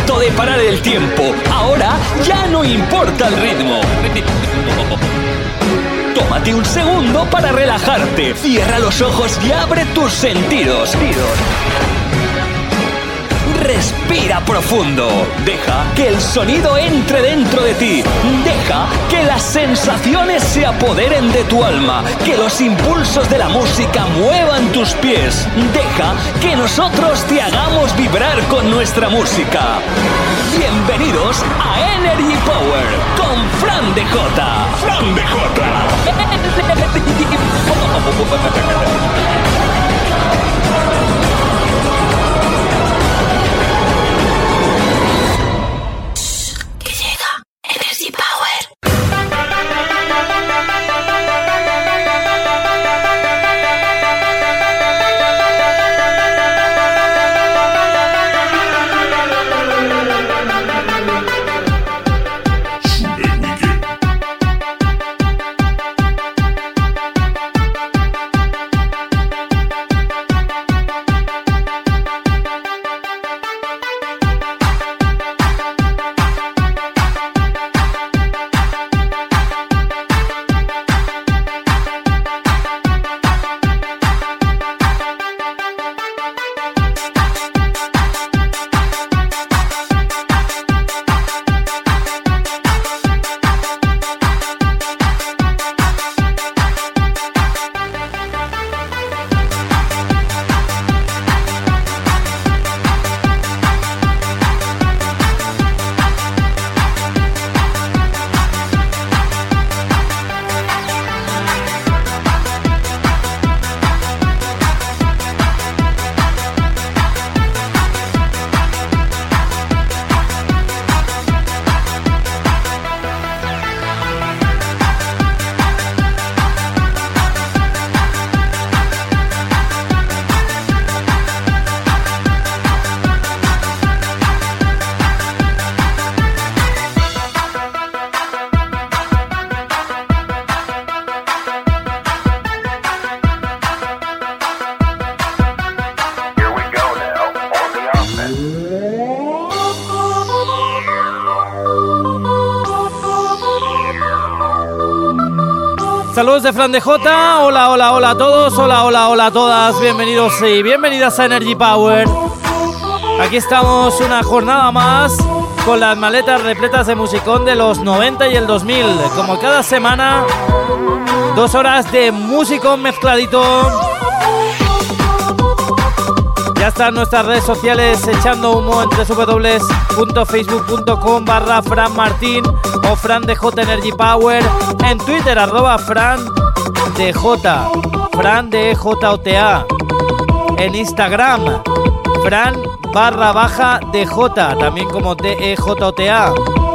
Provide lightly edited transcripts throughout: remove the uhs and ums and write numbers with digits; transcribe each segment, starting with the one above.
momento de parar el tiempo. Ahora ya no importa el ritmo. Tómate un segundo para relajarte. Cierra los ojos y abre tus sentidos. Respira profundo. Deja que el sonido entre dentro de ti. Deja que las sensaciones se apoderen de tu alma. Que los impulsos de la música muevan tus pies. Deja que nosotros te hagamos vibrar con nuestra música. Bienvenidos a Energy Power con Fran DJ. Fran DJ. Saludos de Fran DJ, hola, hola, hola a todos, hola, hola, hola a todas, bienvenidos y bienvenidas a Energy Power. Aquí estamos una jornada más con las maletas repletas de musicón de los 90 y el 2000. Como cada semana, 2 horas de musicón mezcladito. Ya están nuestras redes sociales echando humo en www.facebook.com/FranMartin o Fran DJ Energy Power. En Twitter, @FranDJ, Fran DJOTA. En Instagram, Fran_DJ, también como DEJOTA.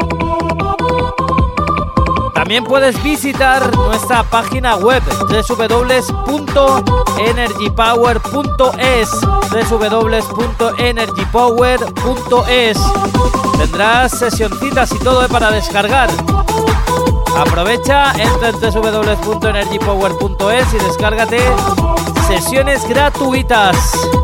También puedes visitar nuestra página web www.energypower.es, www.energypower.es. Tendrás sesioncitas y todo para descargar. Aprovecha, entra en www.energypower.es y descárgate sesiones gratuitas.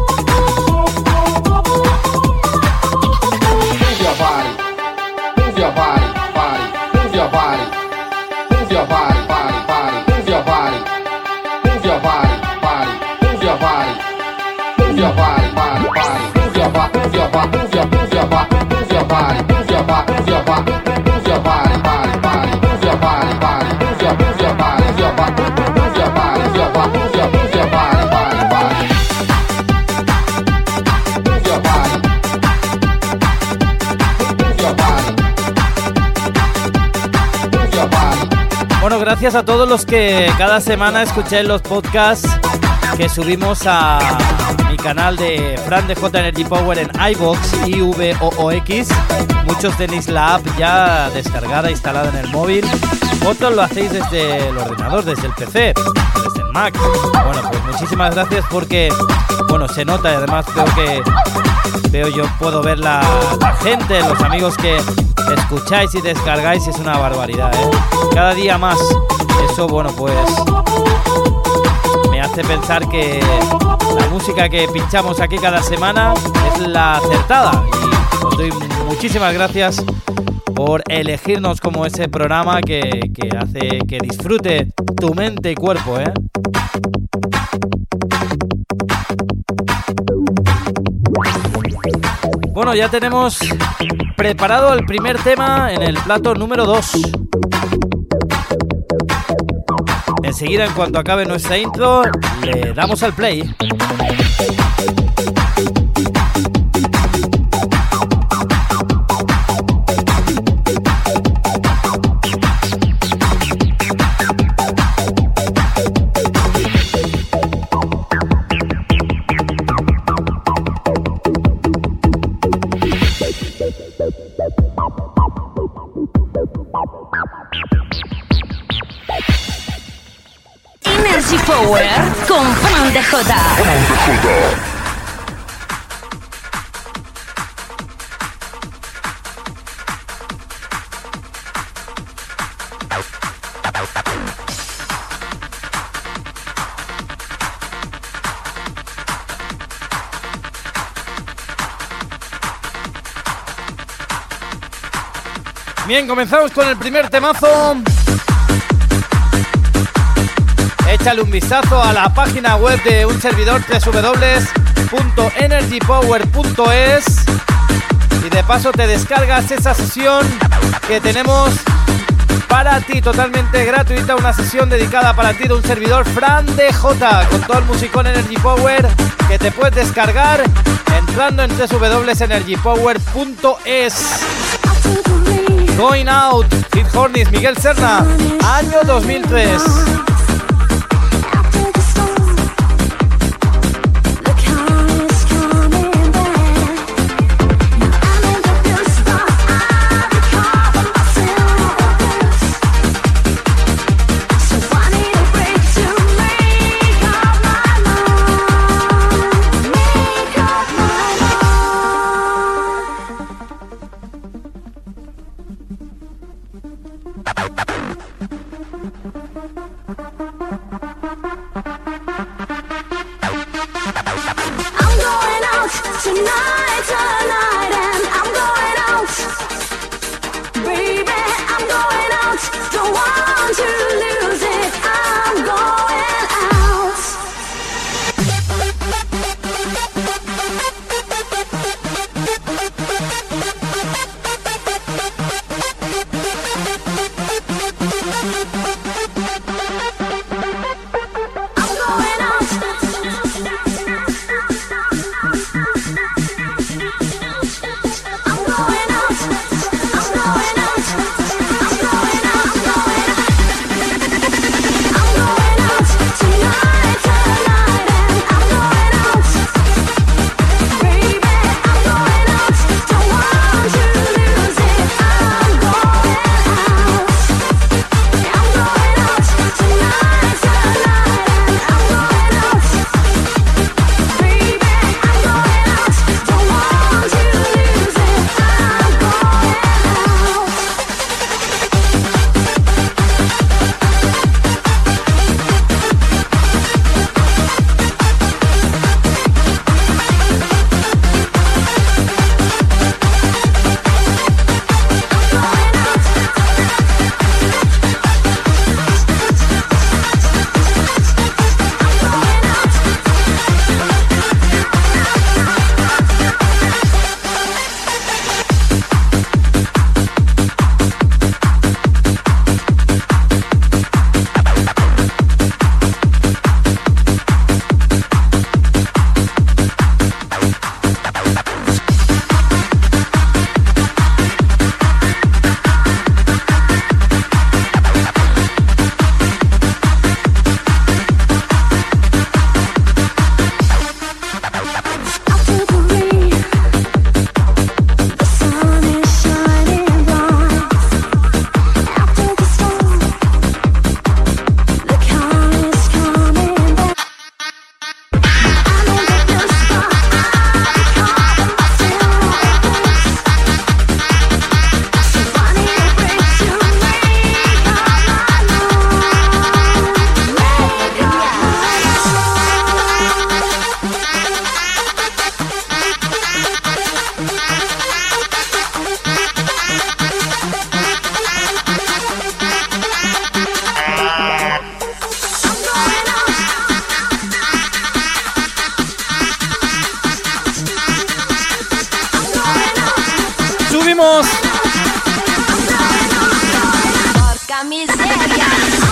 Bueno, gracias a todos los que cada semana escucháis los podcasts que subimos a mi canal de Fran DJ Energy Power en iVoox, IVOOX. Muchos tenéis la app ya descargada, instalada en el móvil. Otros lo hacéis desde el ordenador, desde el PC, desde el Mac. Bueno, pues muchísimas gracias porque, bueno, se nota y además puedo ver la gente, los amigos que escucháis y descargáis, es una barbaridad, ¿eh? Cada día más. Eso, bueno, pues me hace pensar que la música que pinchamos aquí cada semana es la acertada. Y os doy muchísimas gracias por elegirnos como ese programa que hace que disfrute tu mente y cuerpo, ¿eh? Bueno, ya tenemos preparado el primer tema en el plato número 2. Enseguida, en cuanto acabe nuestra intro, le damos al play. Energy Power con Fran DJ. Bien, comenzamos con el primer temazo. Échale un vistazo a la página web de un servidor, www.energypower.es, y de paso te descargas esa sesión que tenemos para ti, totalmente gratuita, una sesión dedicada para ti de un servidor Fran DJ, con todo el musicón Energy Power que te puedes descargar entrando en www.energypower.es. Going Out, Hit Hornets, Miguel Serna, año 2003. ¡Vamos! Porca miseria.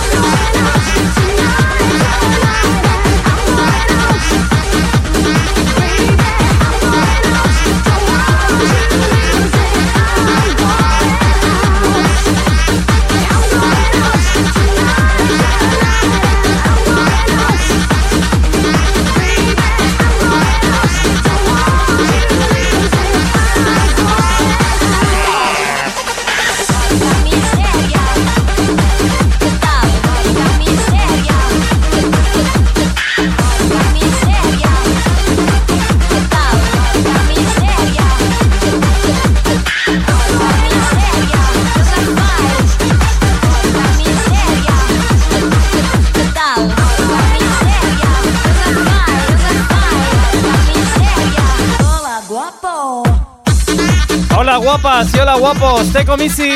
Hola guapas y hola guapos, Teco Misi.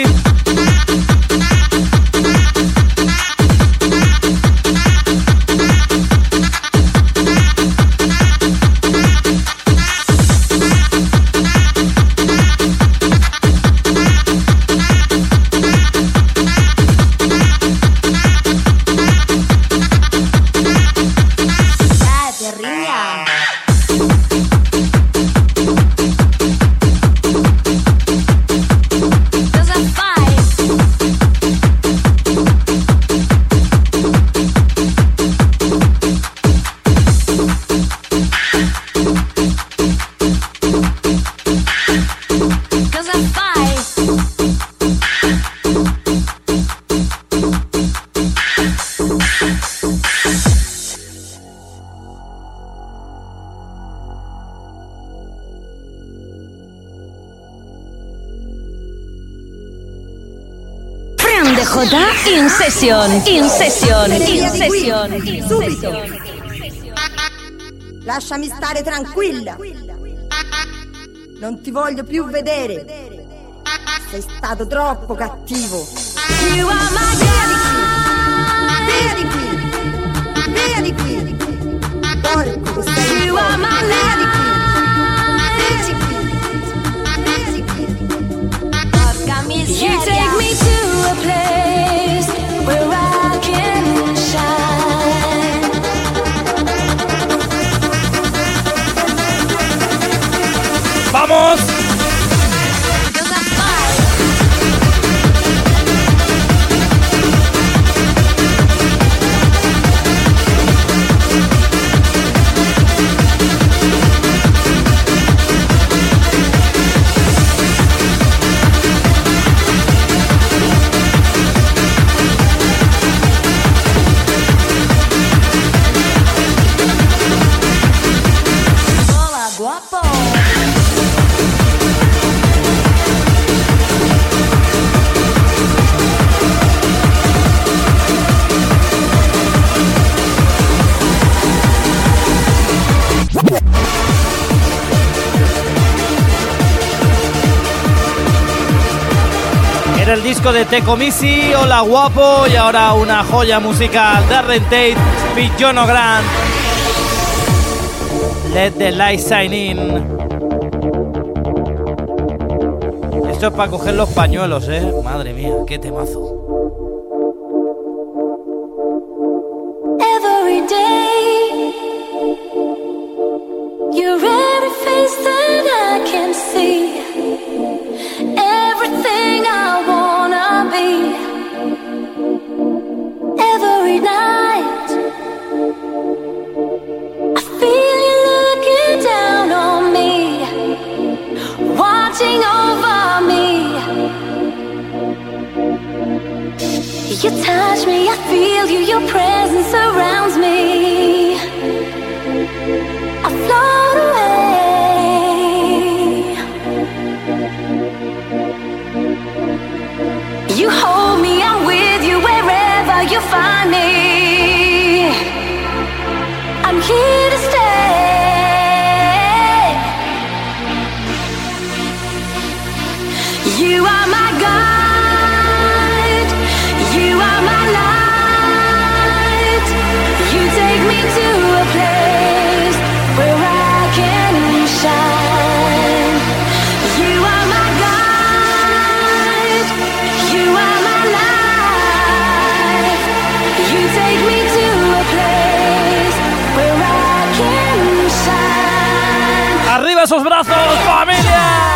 In session. Subito. Lasciami stare tranquilla. Non ti voglio più vedere. Sei stato troppo cattivo. Via di qui. Via di qui. Porco che sei un po'. Via di qui. Via di qui. Porca miseria. You take me to a place where I can shine. ¡Vamos! Era el disco de Teco Misi, hola guapo, y ahora una joya musical, Darren Tate, Big John O'Grant, Let the Light Shine In. Esto es para coger los pañuelos, madre mía, qué temazo. Every day, you're every face that I can see. Everything I wanna be. Every night, I feel you looking down on me, watching over me. You touch me, I feel you, your presence surrounds me. I float away. You hold me, I'm with you wherever you find me. I'm here to stay. You are my guide. You are my light. You take me to a place where I can shine. You are my guide. arriba esos brazos, familia.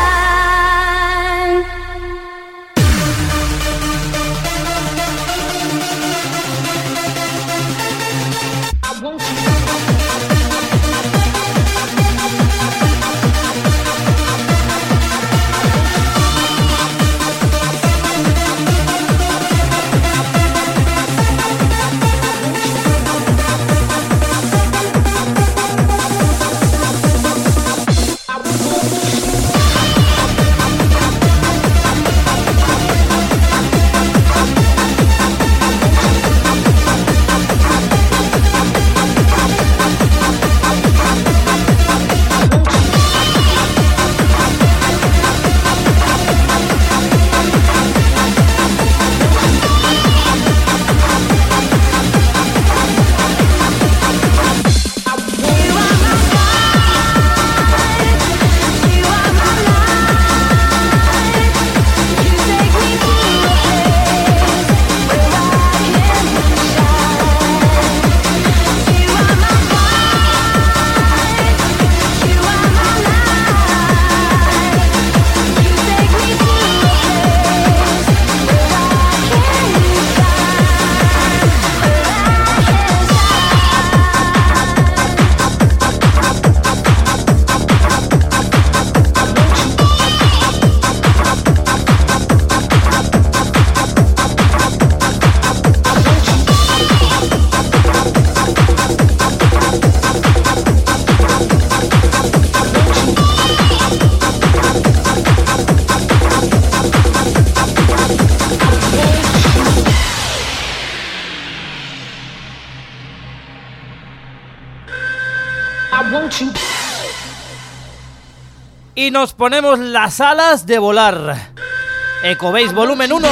Y nos ponemos las alas de volar. Ecobase volumen 1.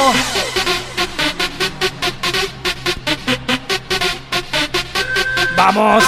¡Vamos!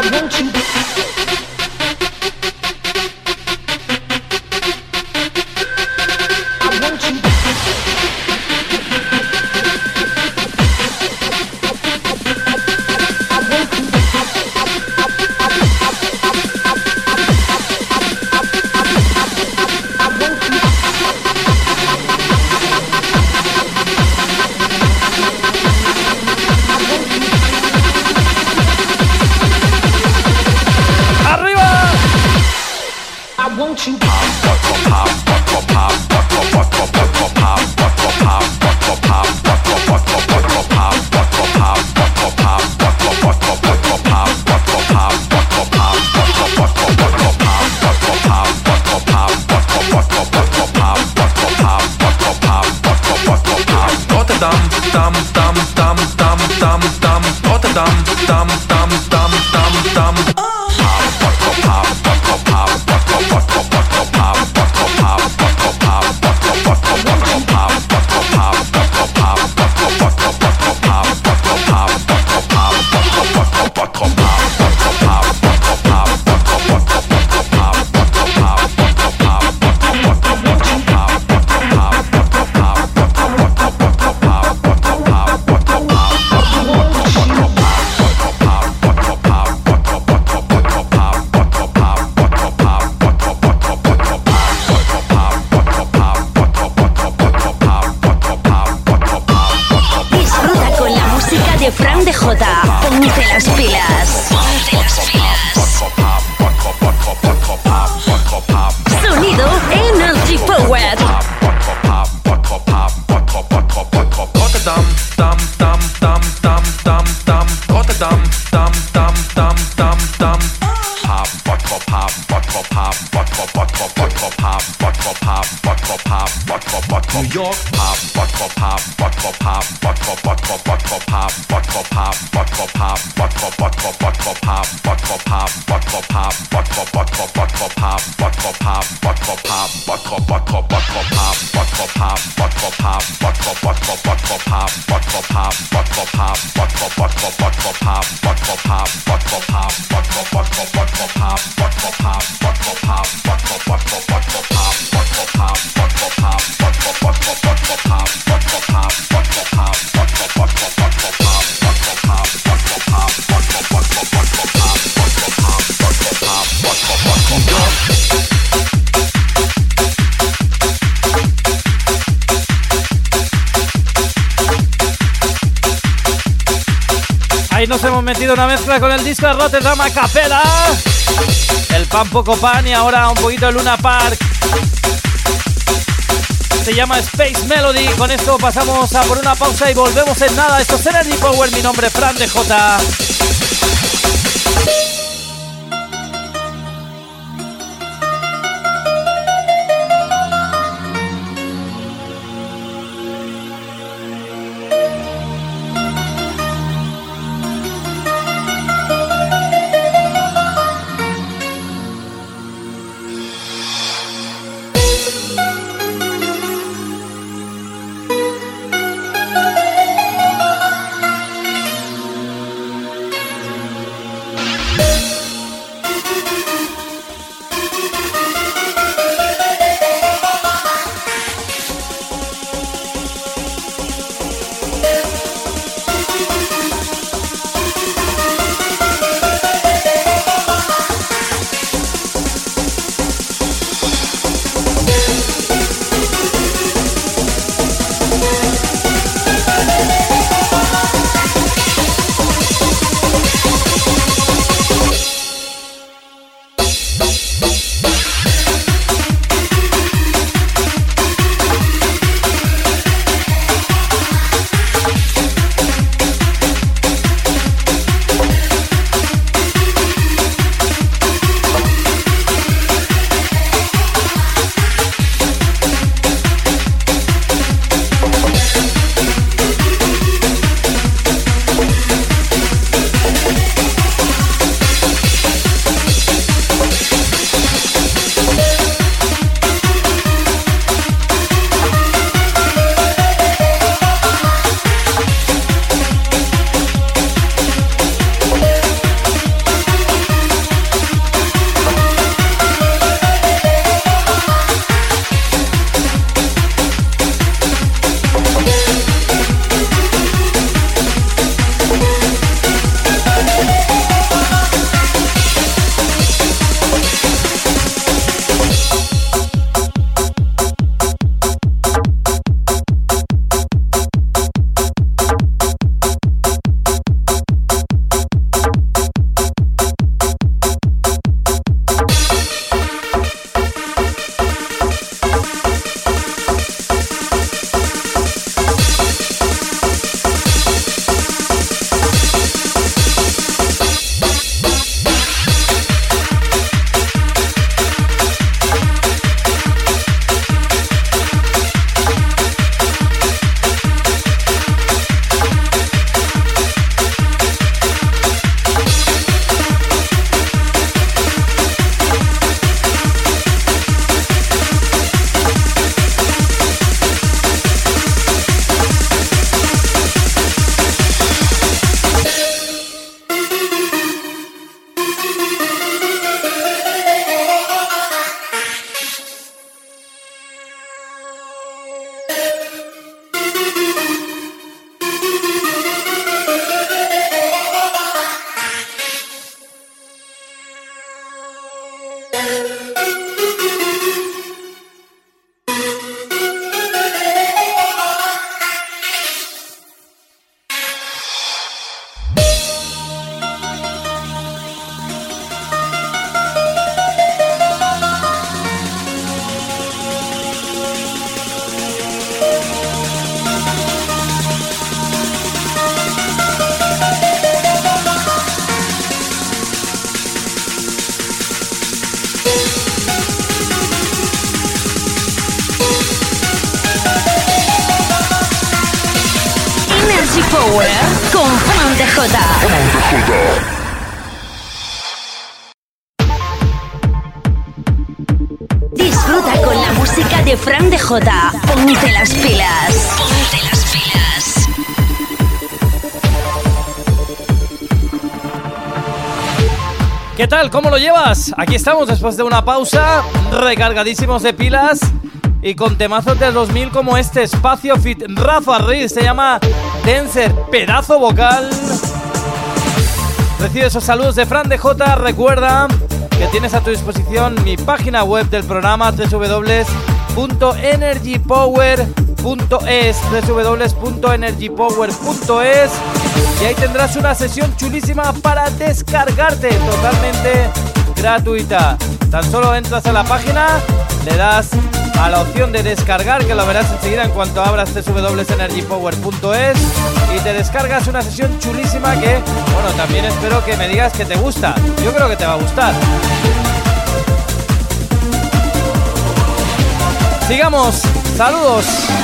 nos hemos metido una mezcla con el disco de Rotterdam a capela, el Pan Poco Pan, y ahora un poquito de Luna Park. Se llama Space Melody. Con esto pasamos a por una pausa y volvemos en nada. Esto es Energy Power. Mi nombre es Fran DJ. Power con Fran DJ. Disfruta con la música de Fran DJ. Ponte las pilas. Ponte las pilas. ¿Qué tal? ¿Cómo lo llevas? Aquí estamos después de una pausa, recargadísimos de pilas y con temazos del 2000 como este, Espacio Fit Rafa Riz, se llama Dancer, pedazo vocal. Recibe esos saludos de Fran DJ. Recuerda que tienes a tu disposición mi página web del programa, www.energypower.es. www.energypower.es, www.energypower.es, y ahí tendrás una sesión chulísima para descargarte, totalmente gratuita. Tan solo entras a la página, le das a la opción de descargar, que lo verás enseguida en cuanto abras www.energypower.es, y te descargas una sesión chulísima que, bueno, también espero que me digas que te gusta. Yo creo que te va a gustar. Sigamos, saludos.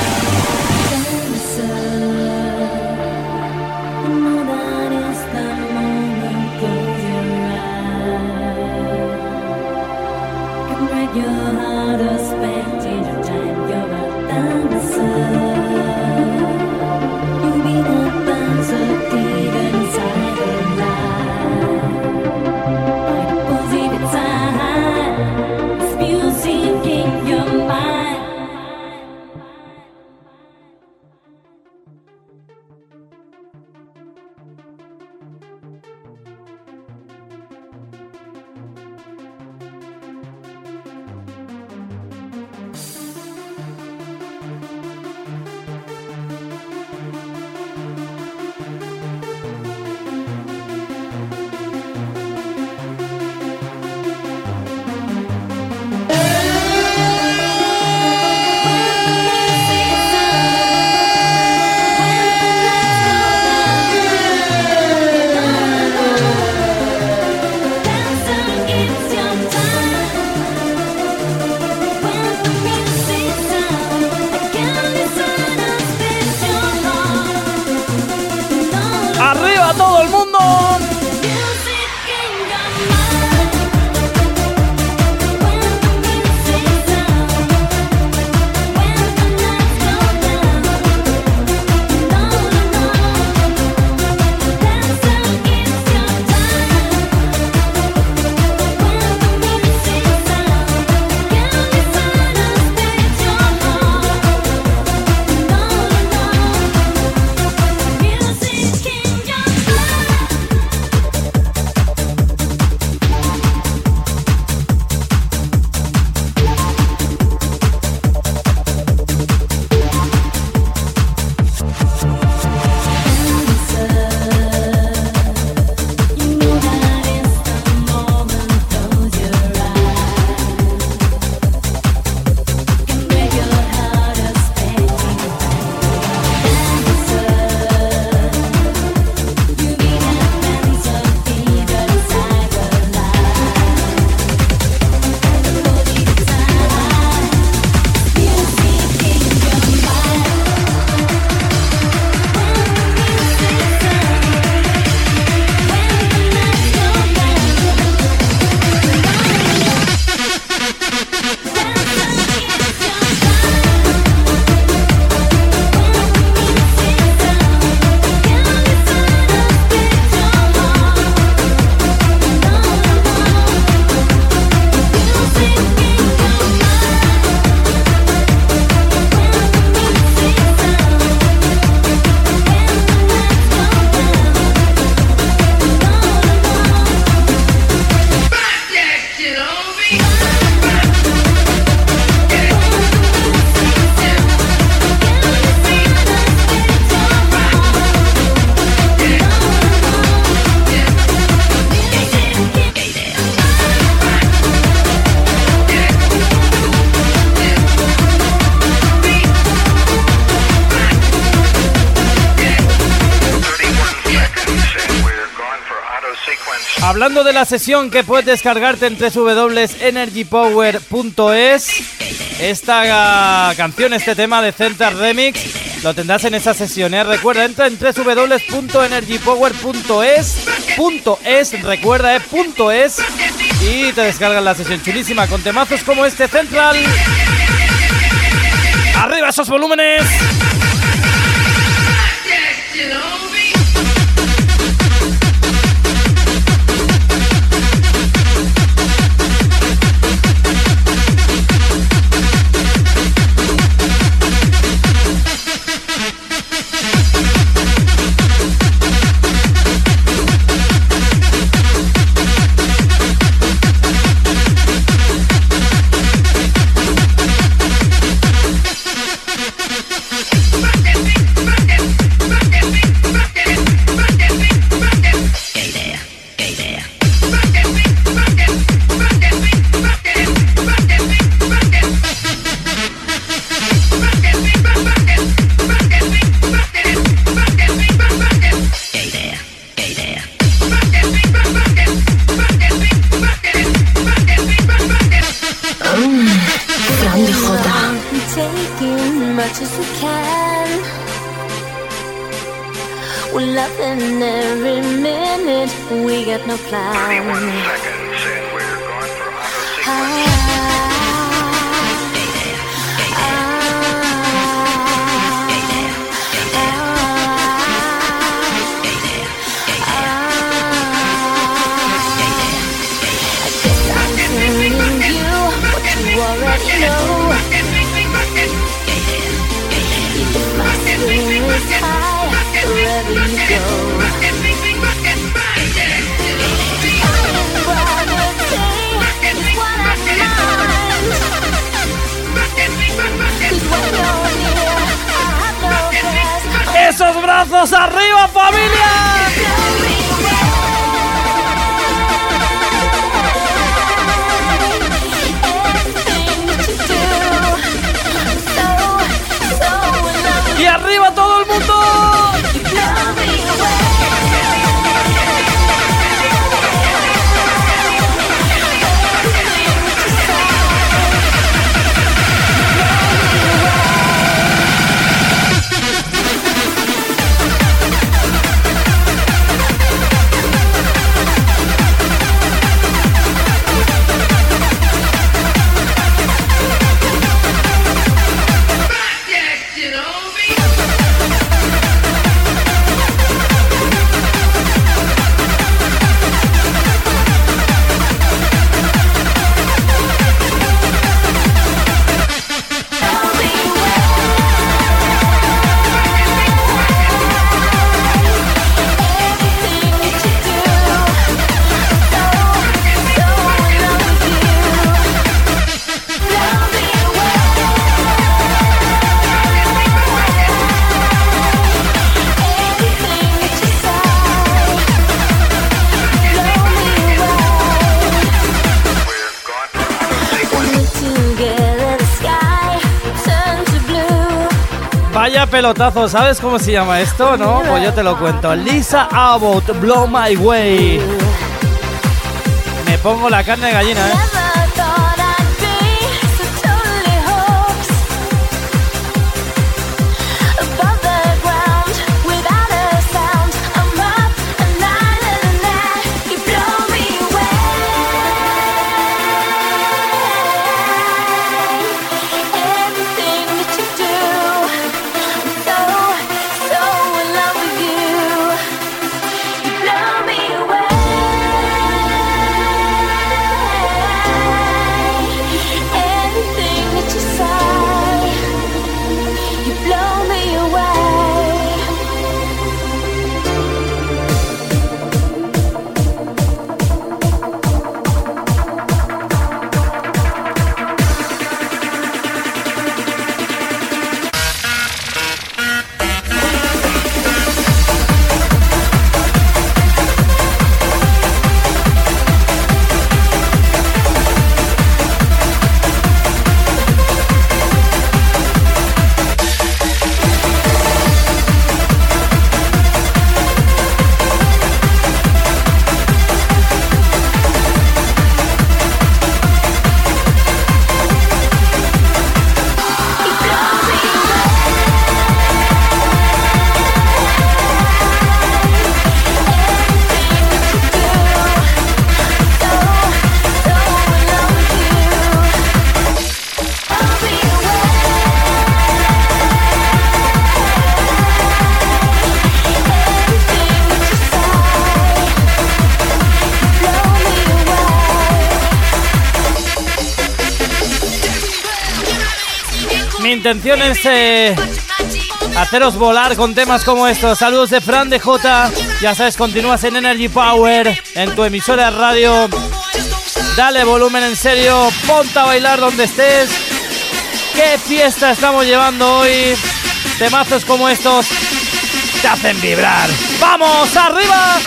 ¡Arriba todo el mundo! Hablando de la sesión que puedes descargarte en www.energypower.es, esta canción, este tema de Central Remix, lo tendrás en esa sesión, ¿eh? Recuerda, entra en www.energypower.es, recuerda, .es, y te descargas la sesión chulísima con temazos como este Central. ¡Arriba esos volúmenes! much as we can. We're loving every minute. We got no plan. 21 seconds and we're going for auto sequence. You already know. If my spirit is high, wherever you go. Gravity is what I find. 'Cause when you're near, I have no cares. ¡Esos brazos arriba, familia! ¡Y arriba todo el mundo! Vaya pelotazo, ¿sabes cómo se llama esto, no? Pues yo te lo cuento. Lisa Abbott, Blow My Way. Me pongo la carne de gallina, ¿eh? Mi intención es haceros volar con temas como estos. Saludos de Fran de J. Ya sabes, continúas en Energy Power, en tu emisora de radio. Dale volumen, en serio, ponte a bailar donde estés. Qué fiesta estamos llevando hoy. Temazos como estos te hacen vibrar. ¡Vamos, arriba!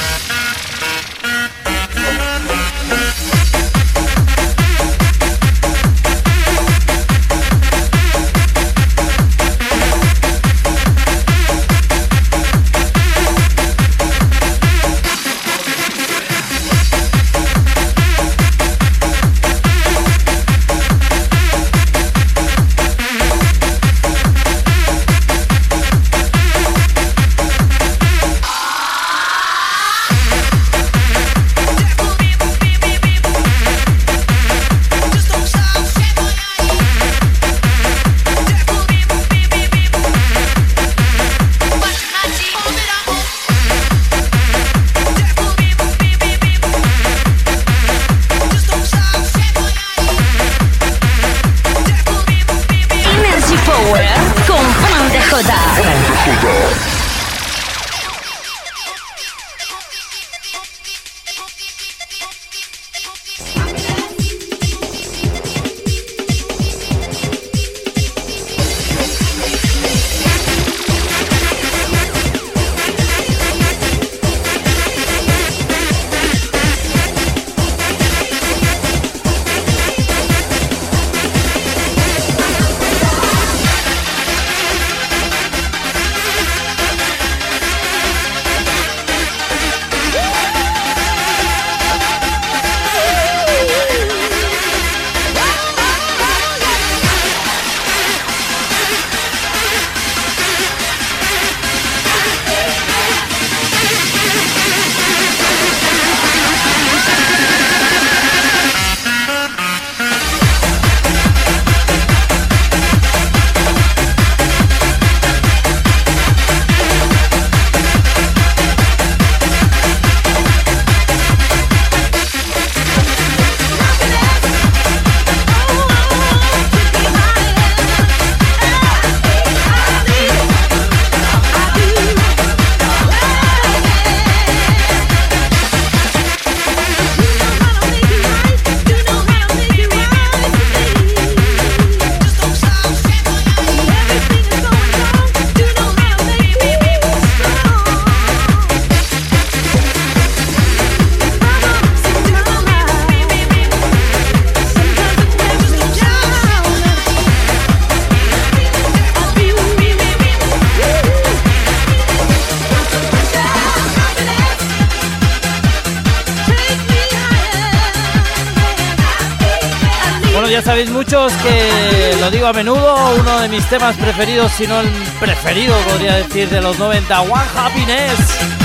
Ya sabéis muchos que lo digo a menudo, uno de mis temas preferidos, si no el preferido, podría decir, de los 90, One Happiness.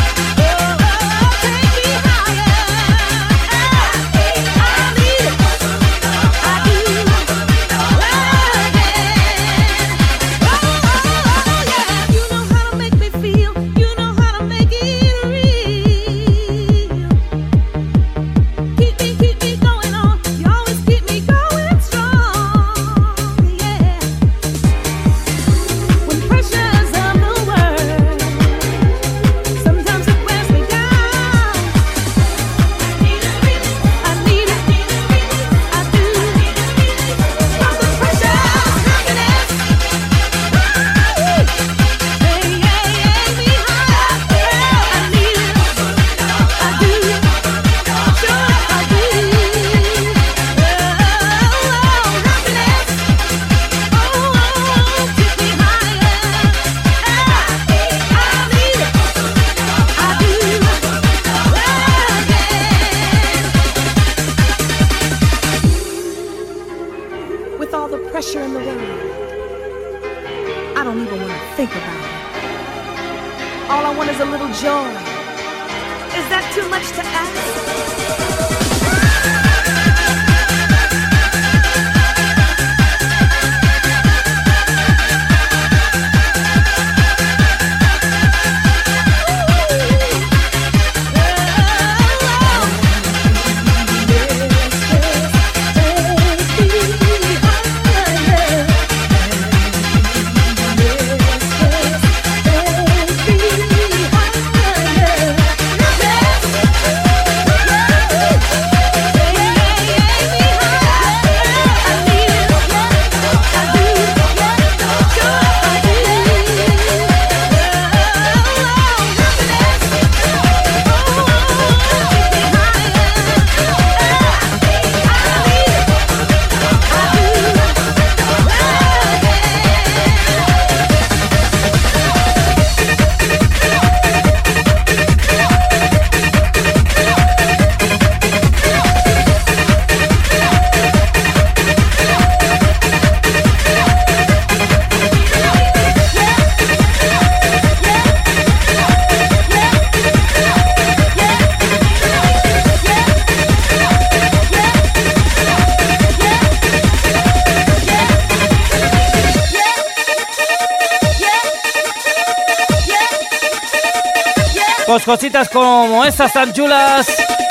Pues cositas como estas tan chulas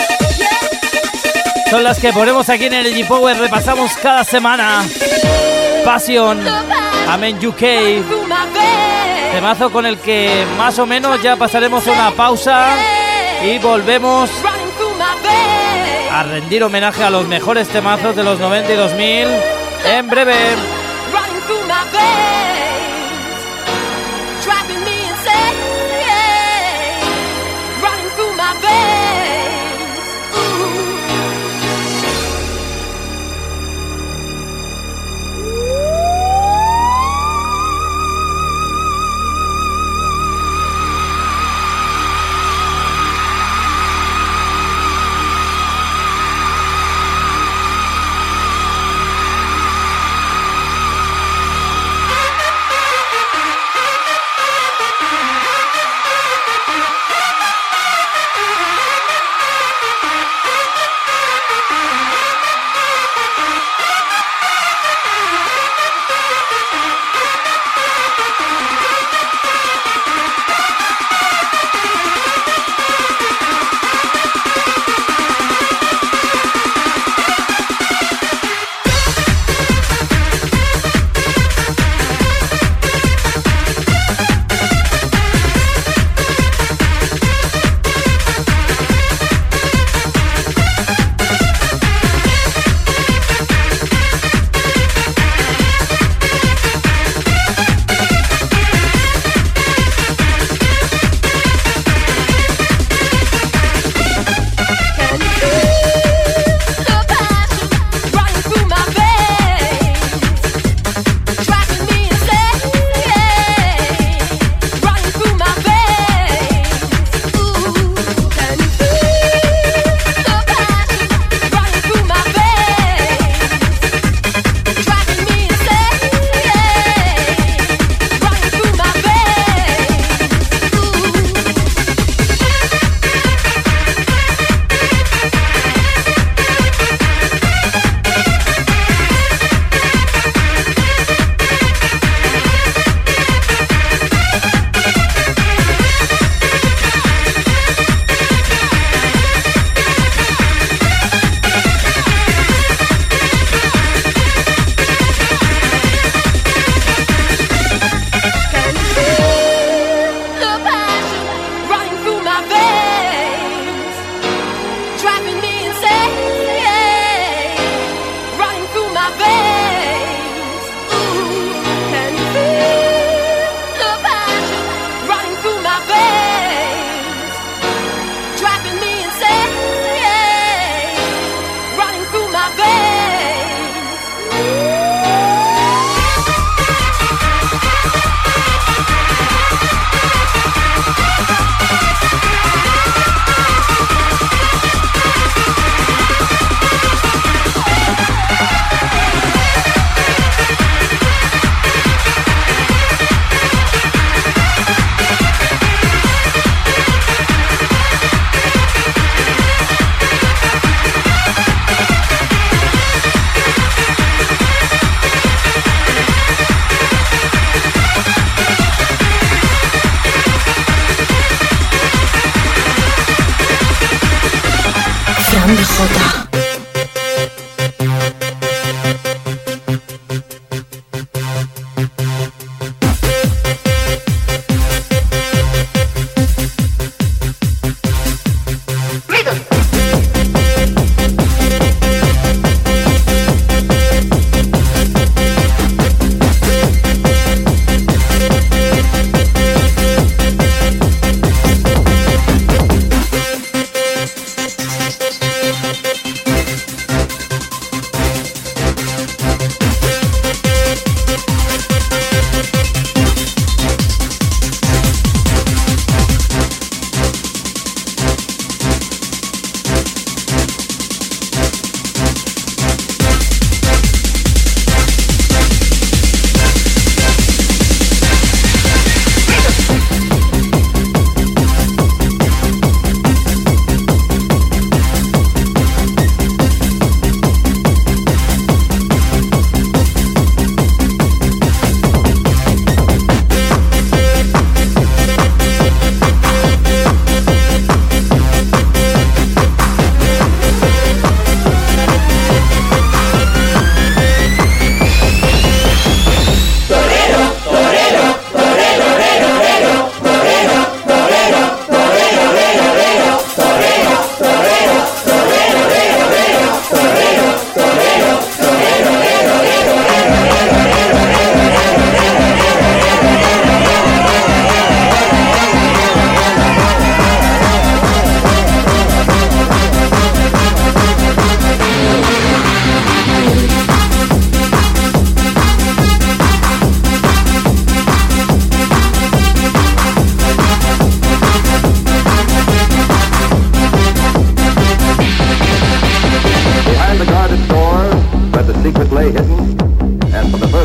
son las que ponemos aquí en Energy Power, repasamos cada semana. Passion, Amen UK, Temazo con el que más o menos ya pasaremos una pausa y volvemos a rendir homenaje a los mejores temazos de los 90 y 2000 en breve.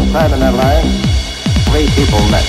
first time in their lives, 3 people met.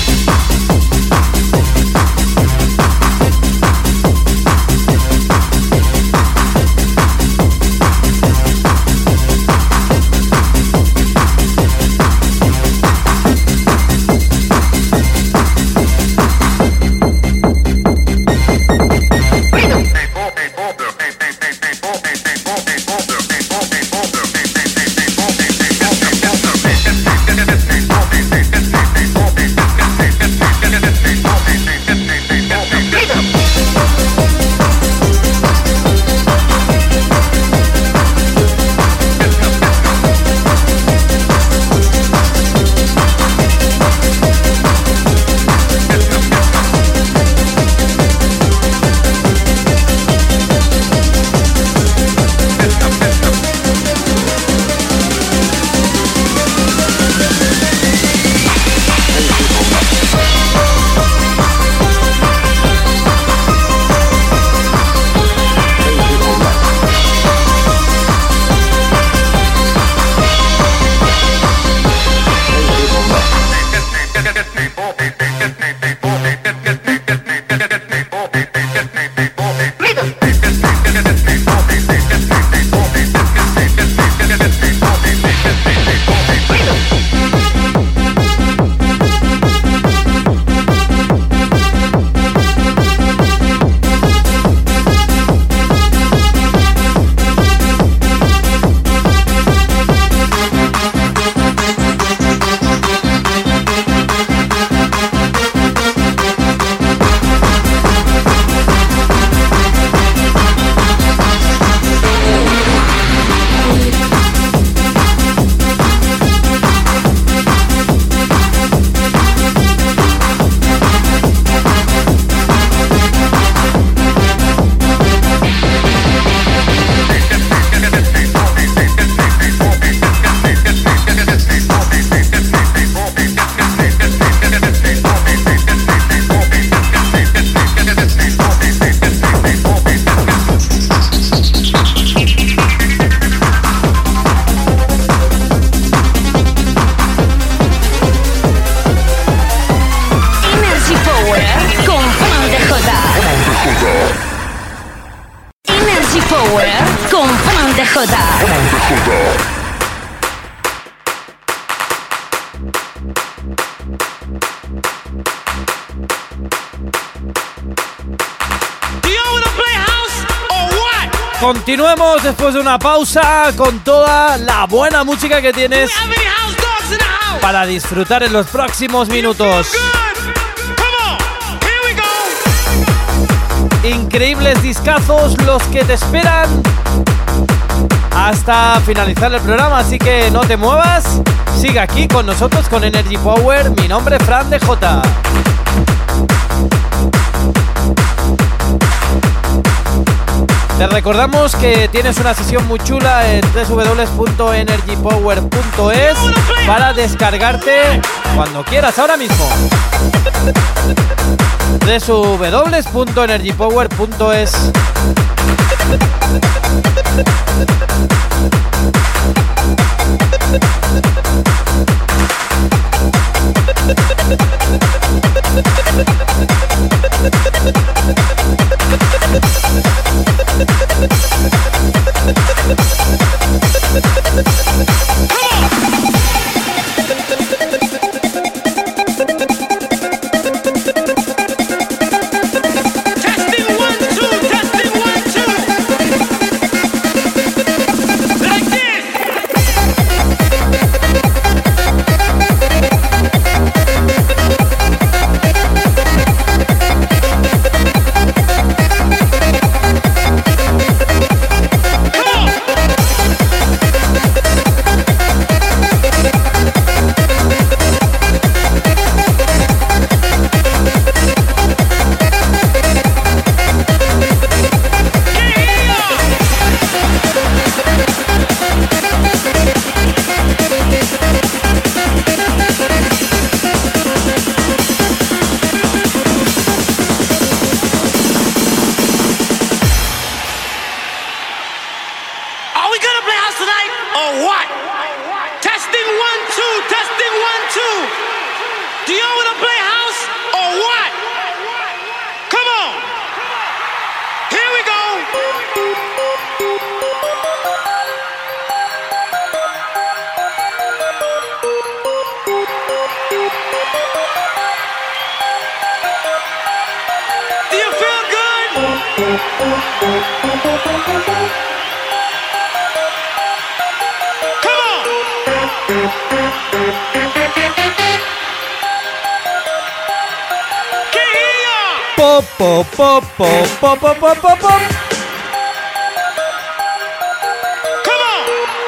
Continuemos después de una pausa con toda la buena música que tienes para disfrutar en los próximos minutos. Increíbles discazos los que te esperan hasta finalizar el programa, así que no te muevas, sigue aquí con nosotros con Energy Power. Mi nombre es Fran DJ. Te recordamos que tienes una sesión muy chula en www.energypower.es para descargarte cuando quieras, ahora mismo. www.energypower.es. Do you feel good? Come on. Can't hear ya. Pop, pop, pop, pop, pop, pop, pop, pop, pop. Come on.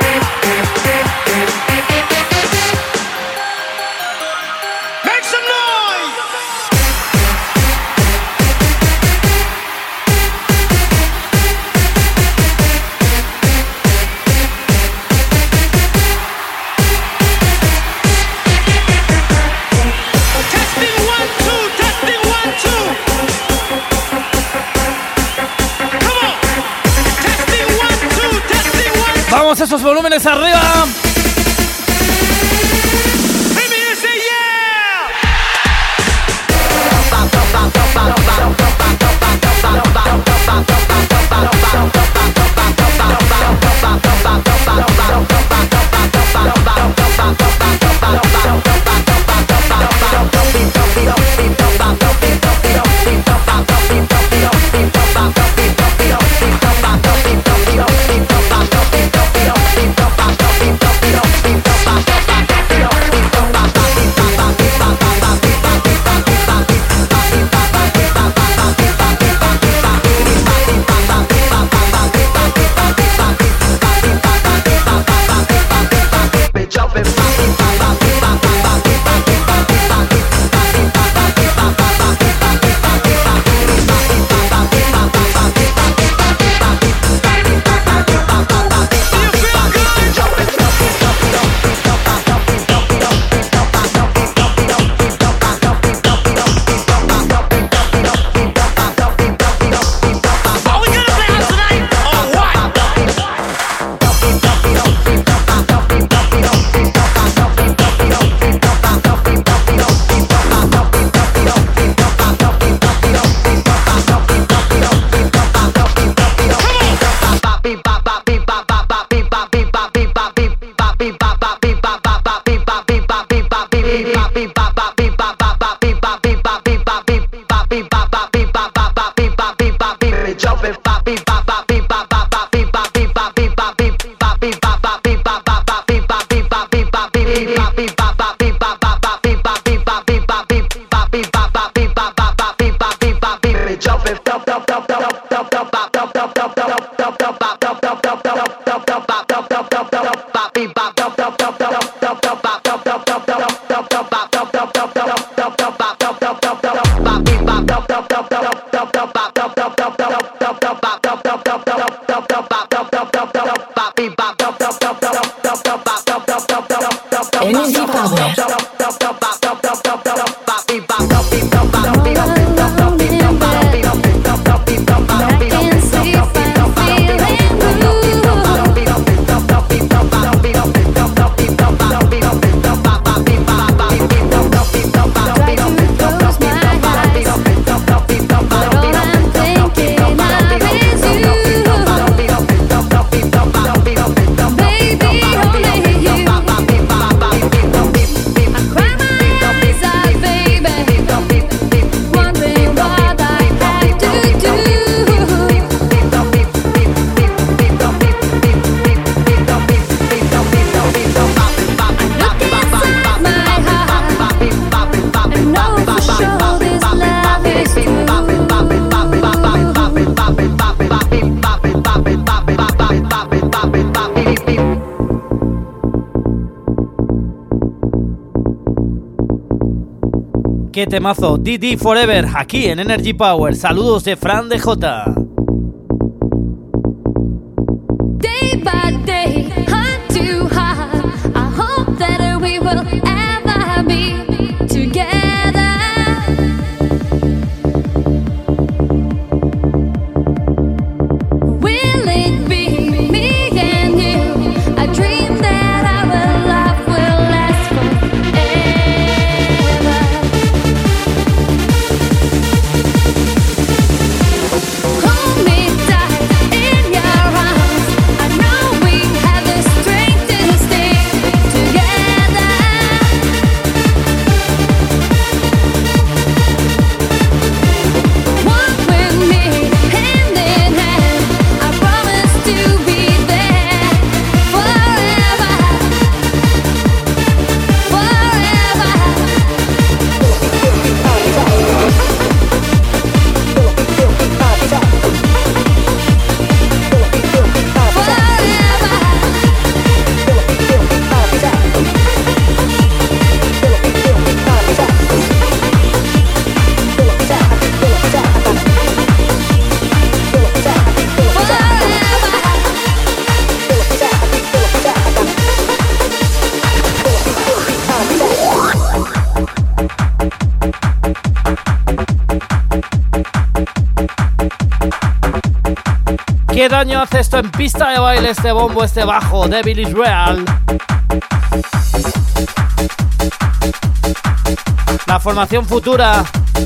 Make some noise. Testing 1, 2, testing 1, 2. Come on. Testing 1, 2, testing 1, 2. Vamos, esos volúmenes arriba. Let me hear you say yeah. Are we gonna play house tonight or what? Energy Power. Qué temazo, DD Forever, aquí en Energy Power. Saludos de Fran de J. Day by day, heart to heart, I hope that we will ever be together. Will it be me and you? I dream that our love will last forever. ¿Qué daño hace esto en pista de baile, este bombo, este bajo? Devil is Real. La formación futura.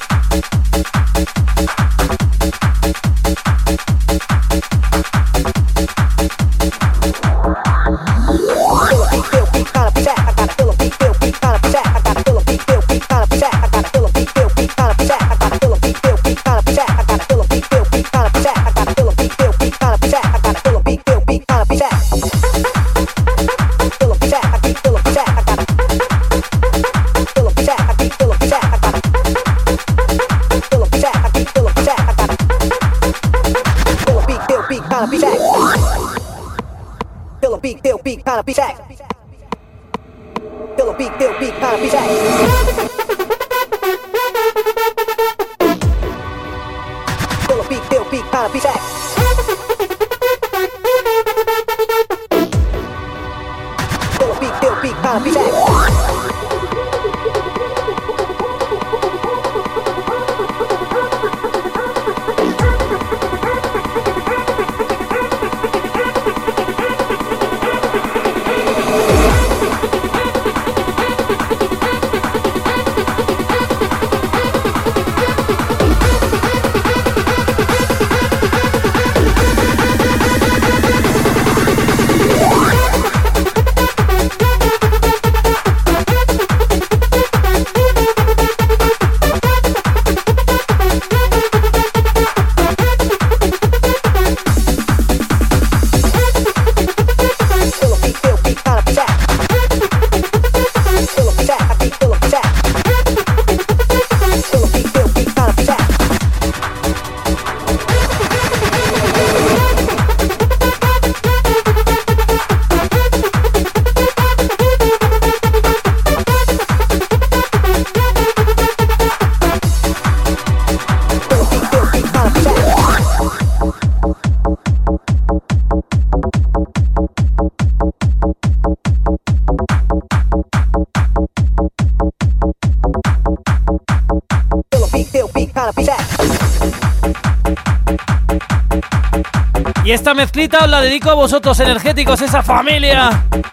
Y esta mezclita os la dedico a vosotros, energéticos, esa familia.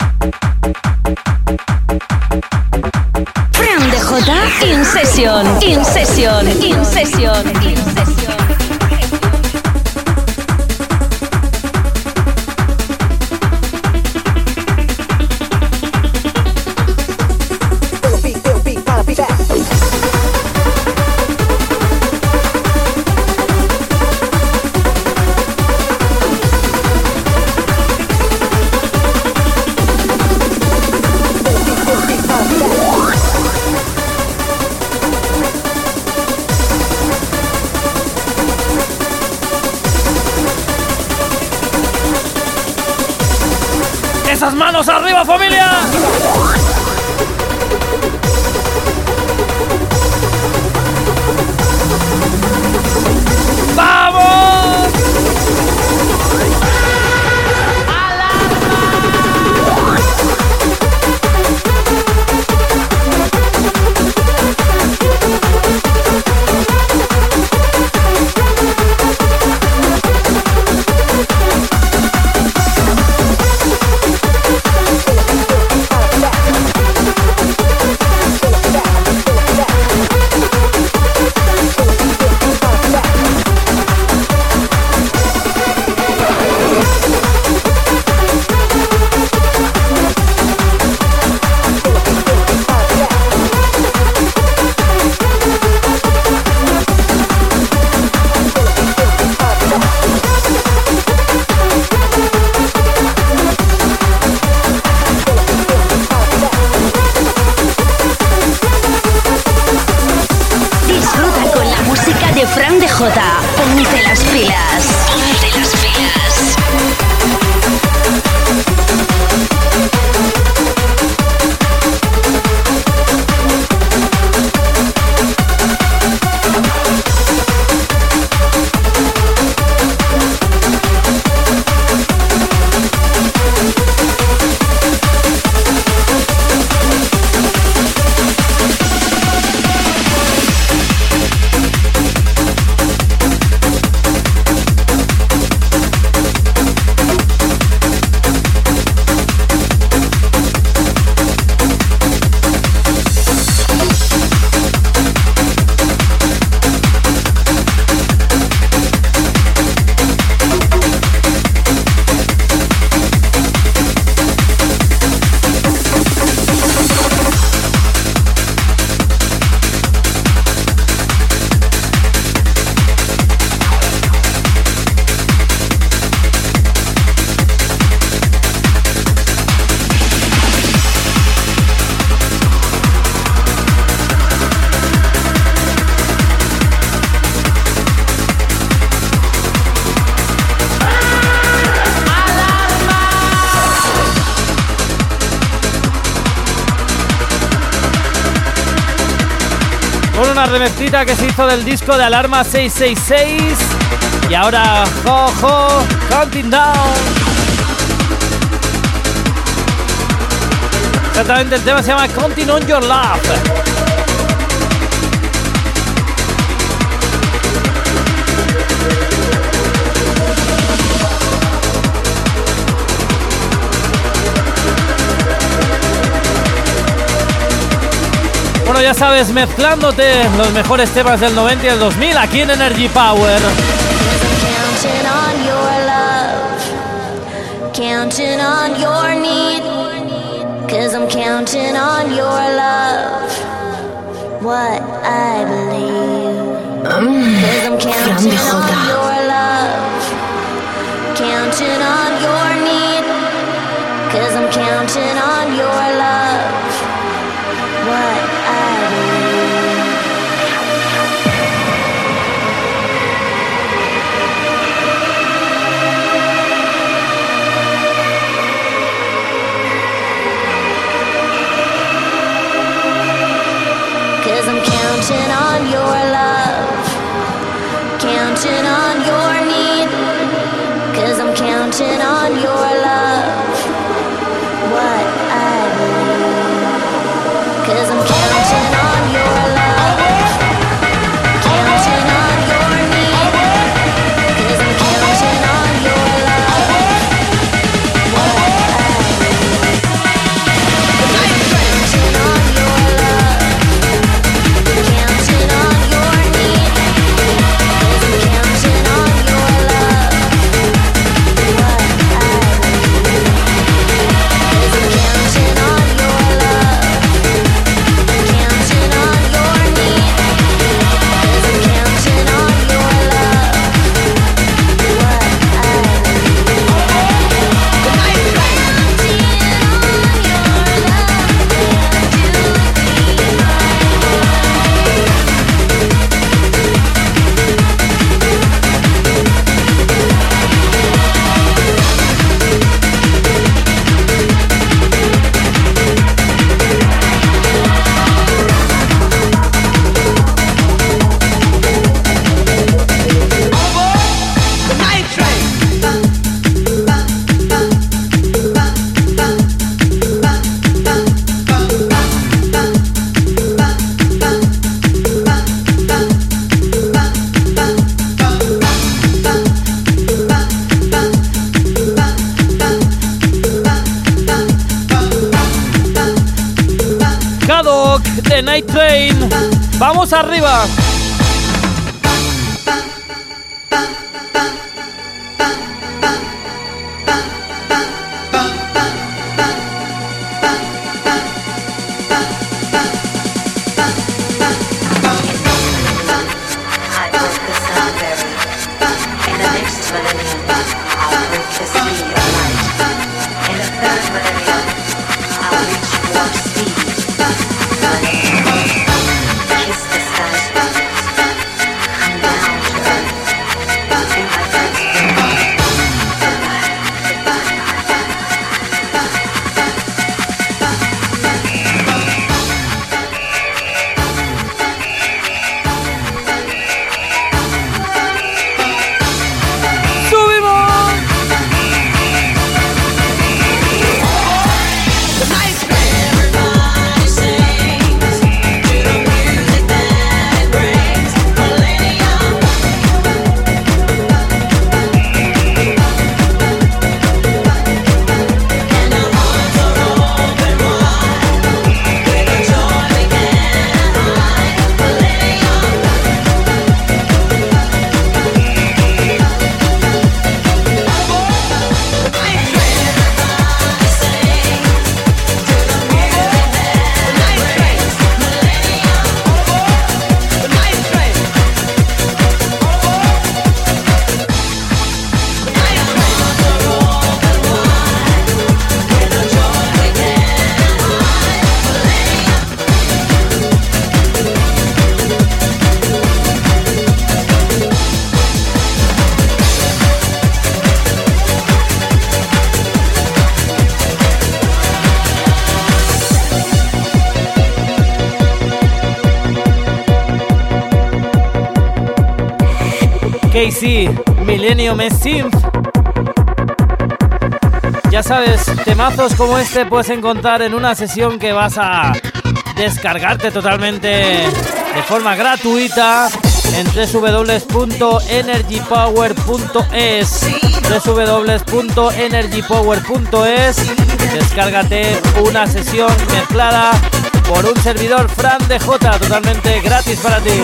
Fran DJ In Session, In Session, In Session, In Session. ¡Esas manos arriba, familia! ¡Vamos! con una remezclita que se hizo del disco de Alarma 666. Y ahora, Jojo, Counting Down. Exactamente, el tema se llama Counting on Your Love. Bueno, ya sabes, mezclándote los mejores temas del 90 y del 2000 aquí en Energy Power. Counting on your need, 'cause I'm counting on your love. What I believe, 'cause I'm counting on your love. Counting on your need, 'cause I'm counting on your love. What I believe. 'Cause I'm counting on your love. Counting on your need, 'cause I'm counting on your love. What I believe. 'Cause I'm counting on your love. Counting on your need, 'cause I'm counting on your love. What I believe. 'Cause I'm counting on your love. Counting on your need, 'cause I'm counting on your love. What I believe. 'Cause I'm counting on your love. Counting on your need, 'cause I'm counting on your love. What I believe. Kadok de Night Train. ¡Vamos arriba! I broke the sun berry. In the next millennium, I'll break the speed of light. In the third millennium, I'll reach warp speed. Kiss the sky. Come down to earth. KC, Millennium Synth. Ya sabes, temazos como este puedes encontrar en una sesión que vas a descargarte totalmente de forma gratuita en www.energypower.es. www.energypower.es. Descárgate una sesión mezclada por un servidor Fran DJ totalmente gratis para ti.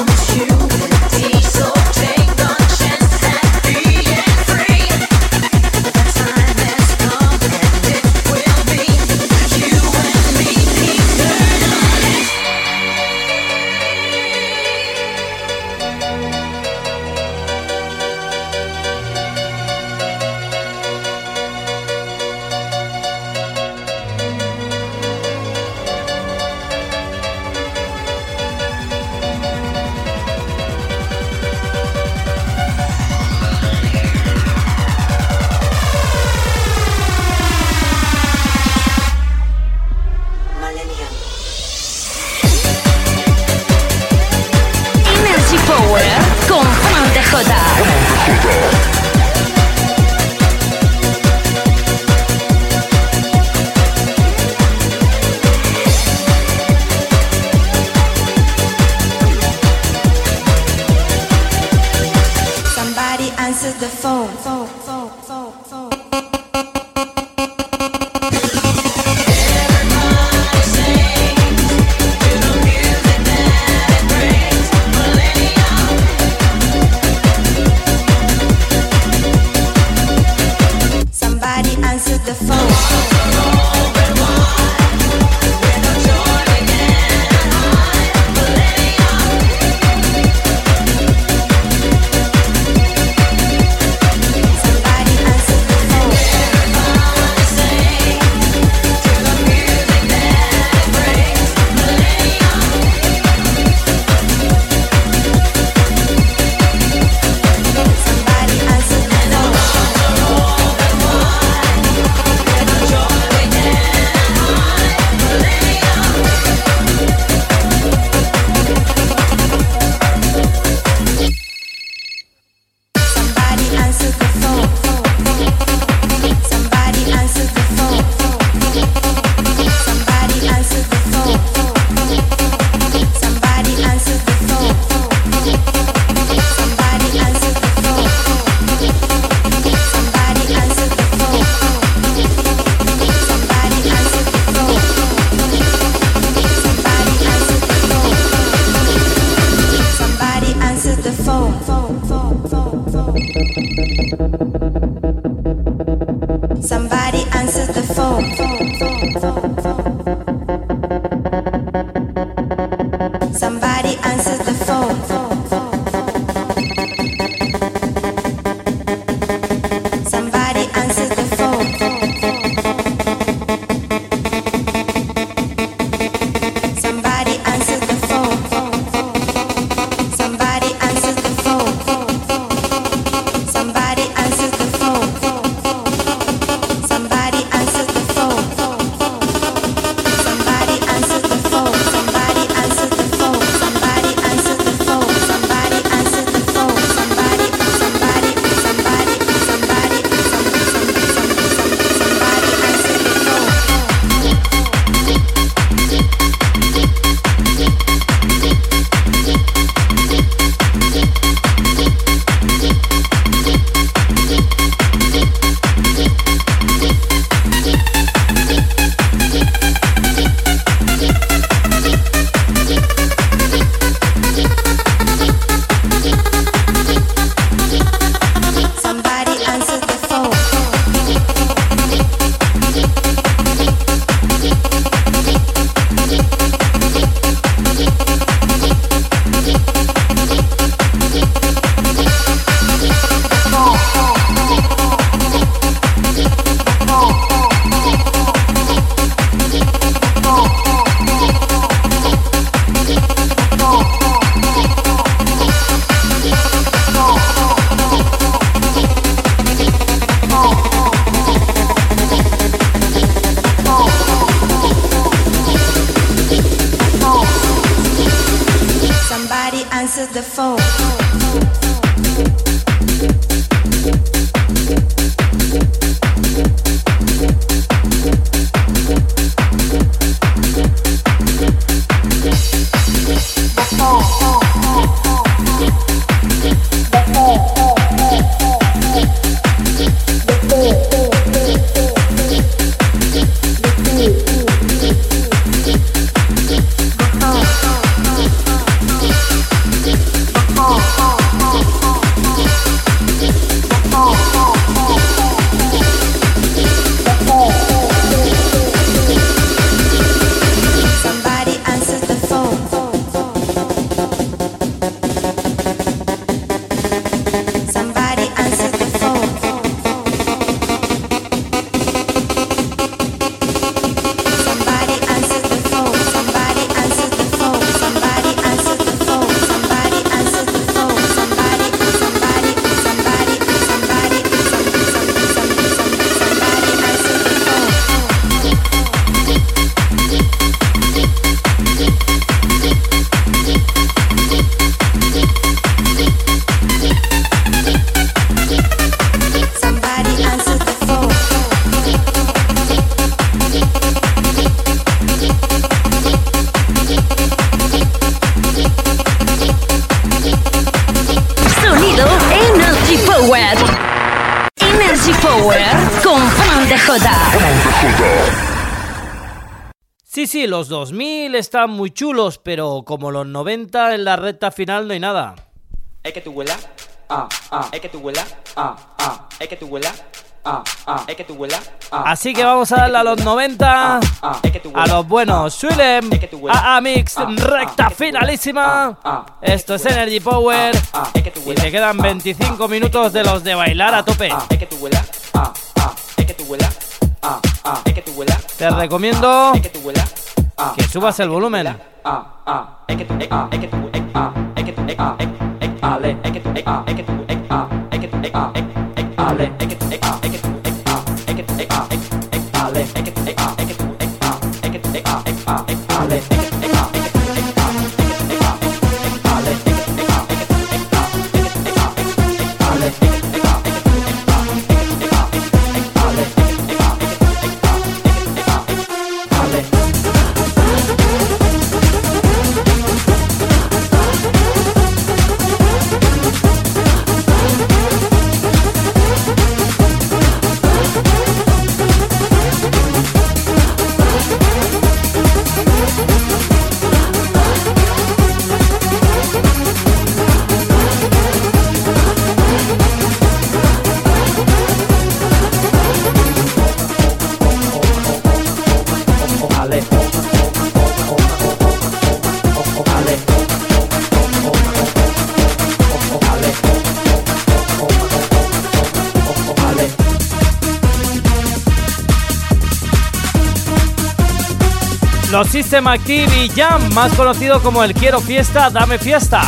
Somebody answers the phone. Somebody answers the phone. Somebody answers the phone. Somebody answers the phone. Somebody answers the phone. Somebody answers the phone. Somebody answers the phone. Somebody answers the phone. Somebody answers the phone. Somebody answers the phone. Somebody answers the phone. Somebody answers the phone. Sí, los 2000 están muy chulos, pero como los 90 en la recta final no hay nada. Es que tu abuela, es que tu abuela, es que tu abuela, es que tu abuela. Así que vamos a darle a los 90, a los buenos. Swilem, a Mix, recta finalísima. Esto es Energy Power y te quedan 25 minutos de los de bailar a tope. Es que tu abuela, es que tu abuela, es que tu abuela. Te recomiendo Es que tu abuela. que subas el volumen. Es que tu, es que tu, es que tu, es que tu, es que tu, es que tu, es que tu, es que tu, Los System Active y Jam, más conocido como el Quiero Fiesta, Dame Fiesta.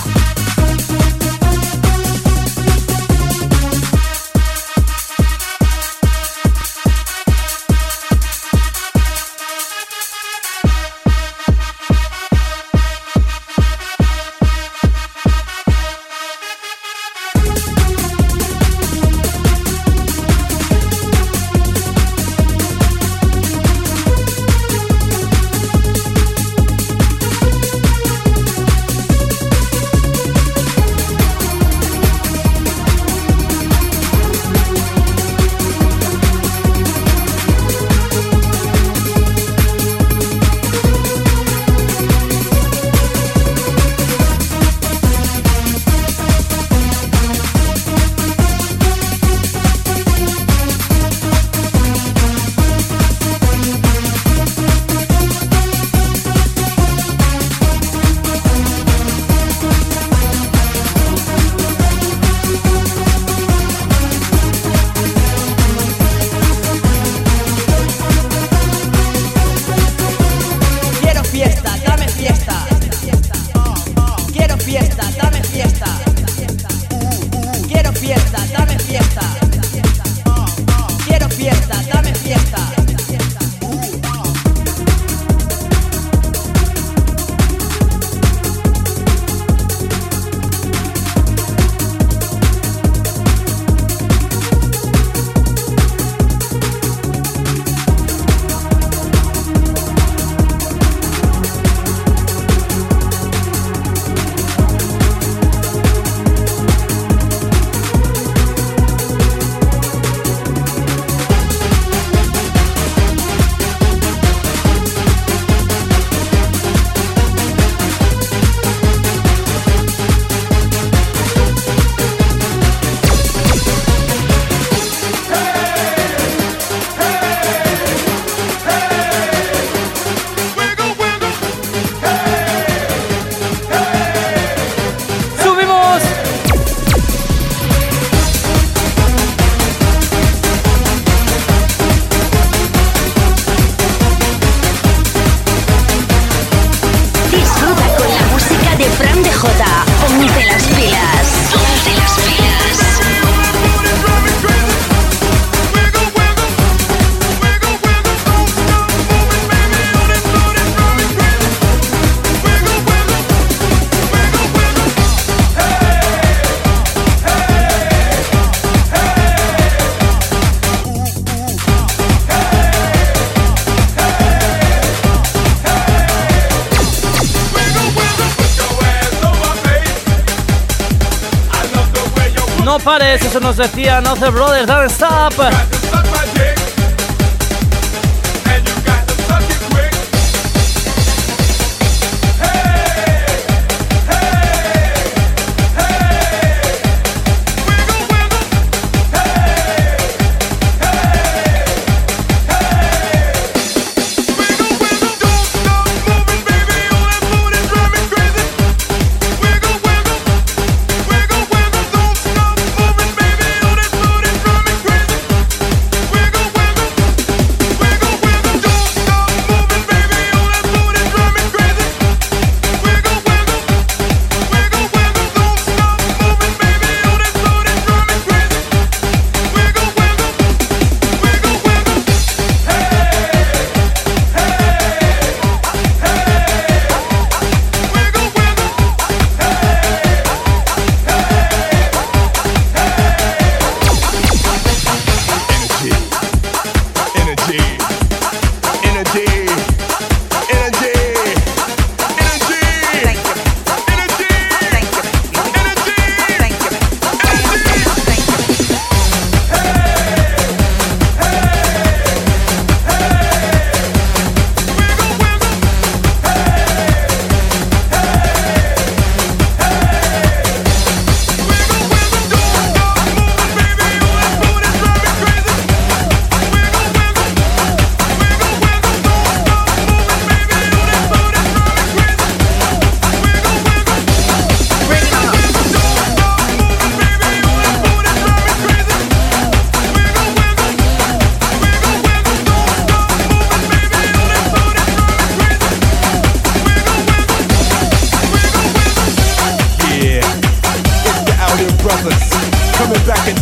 No pares, eso nos decía Another Brothers, Don't Stop.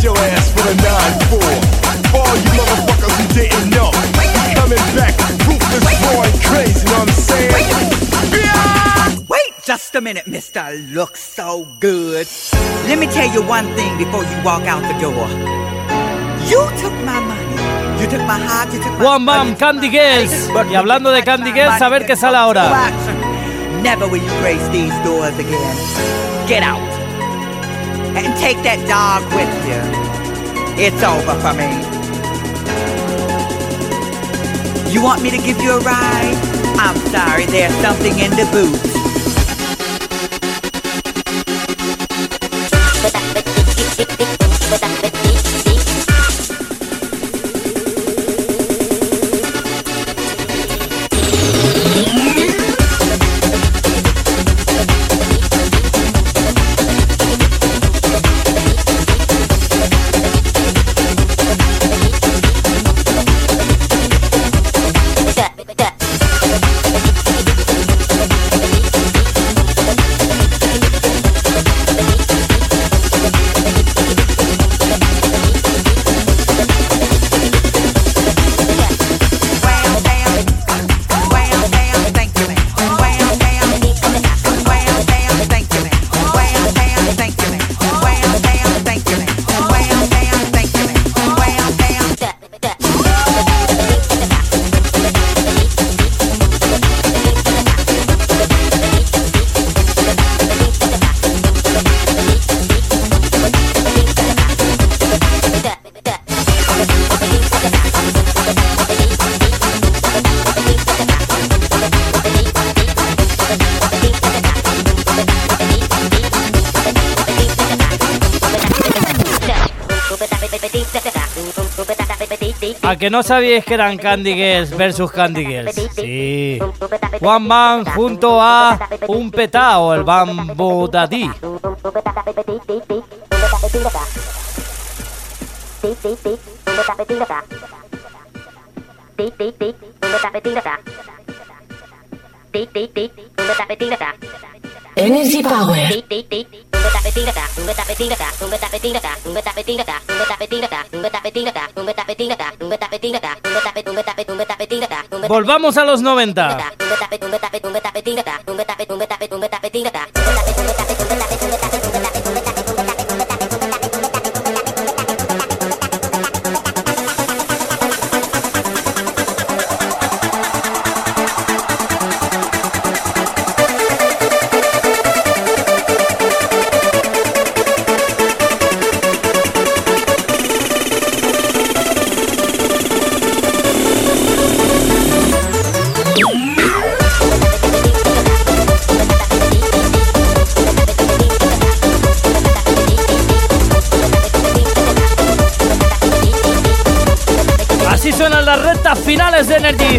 bust your ass for the 9-4. For all you motherfuckers who didn't know, coming back, ruthless, raw and crazy, know what I'm saying? Yeah! Wait just a minute, mister. Looks so good. Let me tell you one thing before you walk out the door. You took my money. You took my heart, you took my One Bam, Candy Girls. Y hablando de Candy Girls, a ver qué sale ahora. Never will you grace these doors again. Get out. And take that dog with you. It's over for me. You want me to give you a ride? I'm sorry, there's something in the boot. ¿A que no sabíais que eran Candy Girls versus Candy Girls? Sí. One Man junto a un petao, el Bamboo Daddy. Energy Power. Volvamos a los 90. Así suenan las rectas finales de Energy.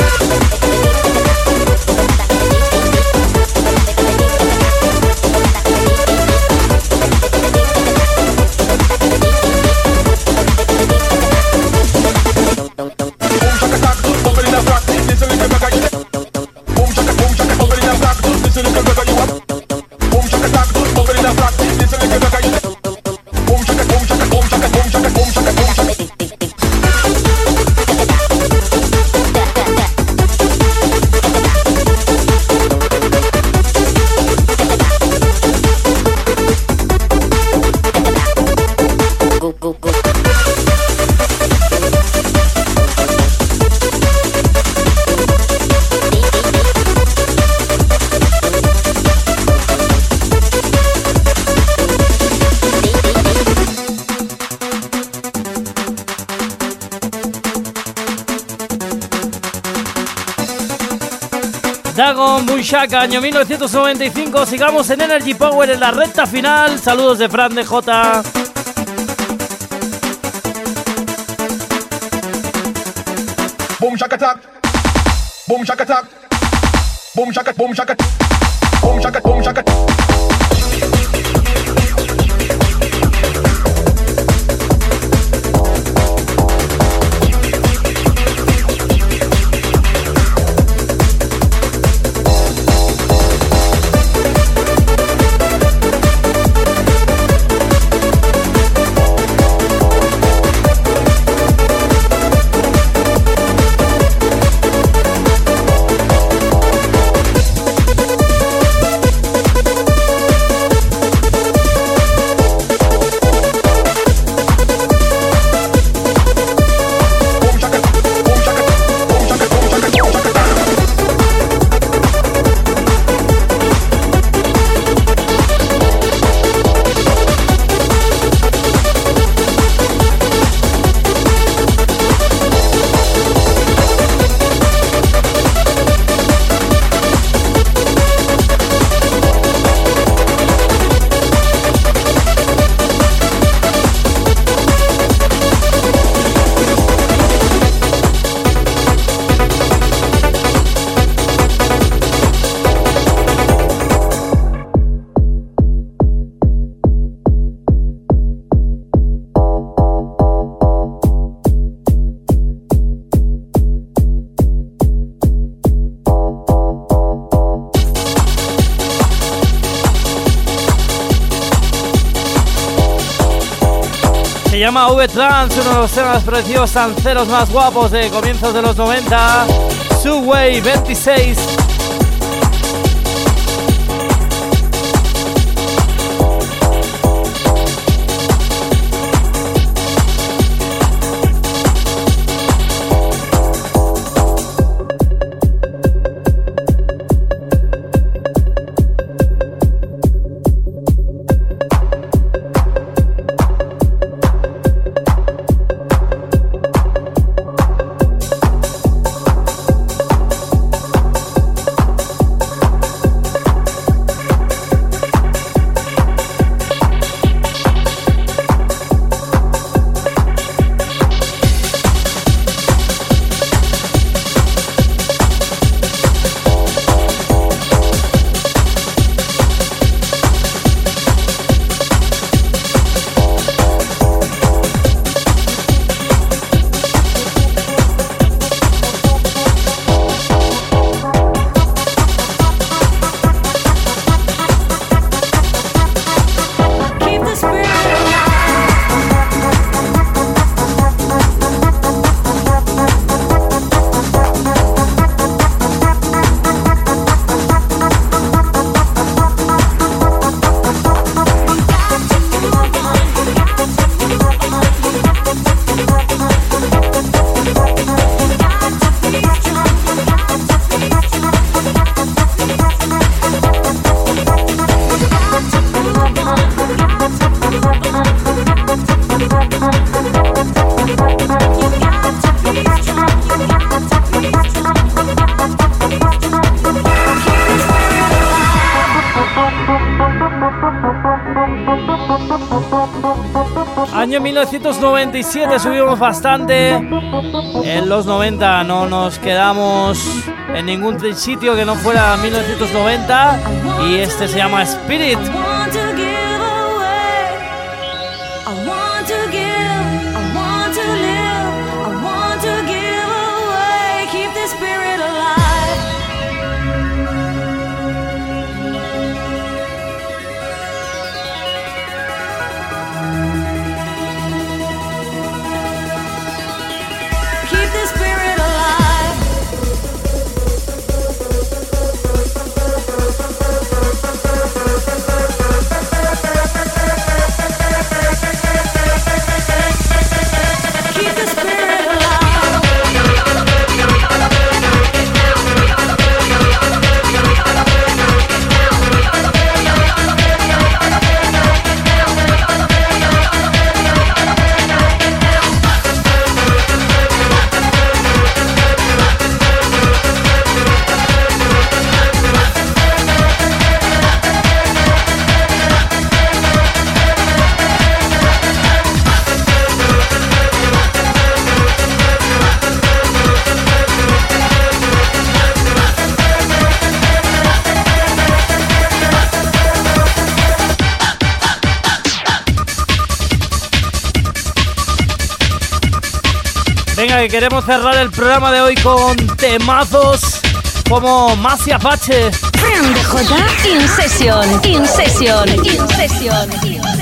Dagon Bunshaka, año 1995. Sigamos en Energy Power en la recta final. Saludos de Fran de J. Boom shaka tak, boom shaka tak, boom shaka, boom shaka, boom shaka, boom shaka. Se llama V-Trance, uno de los temas preciosos sanceros más guapos de comienzos de los 90. Subway 26. Año 1997, subimos bastante. En los 90 no nos quedamos en ningún sitio que no fuera 1990. Y este se llama Spirit. Venga, que queremos cerrar el programa de hoy con temazos como Masi Apache. Fran DJ In Session, In Session, In Session, In Session.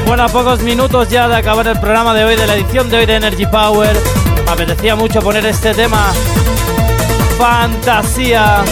Bueno, a pocos minutos ya de acabar el programa de hoy, de la edición de hoy de Energy Power, me apetecía mucho poner este tema, Fantasía.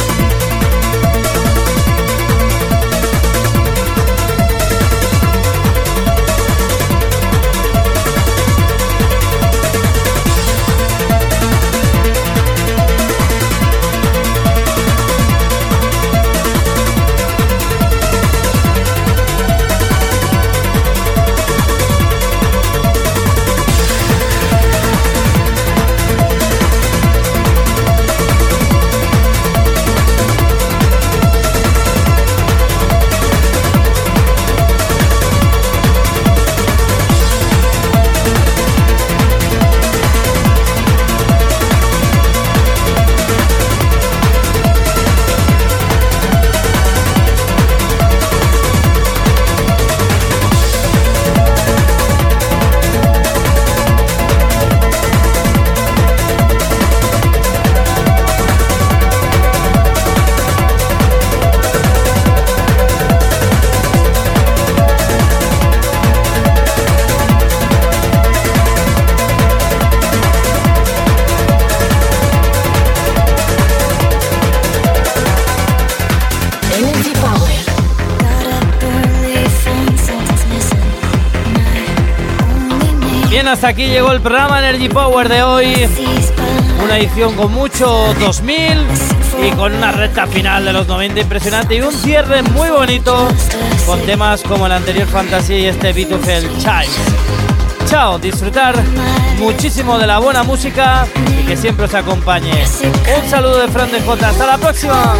Hasta aquí llegó el programa Energy Power de hoy, una edición con mucho 2000 y con una recta final de los 90 impresionante y un cierre muy bonito con temas como el anterior Fantasía y este Beethoven Chimes. Chao, disfrutar muchísimo de la buena música y que siempre os acompañe. Un saludo de Fran de J, hasta la próxima.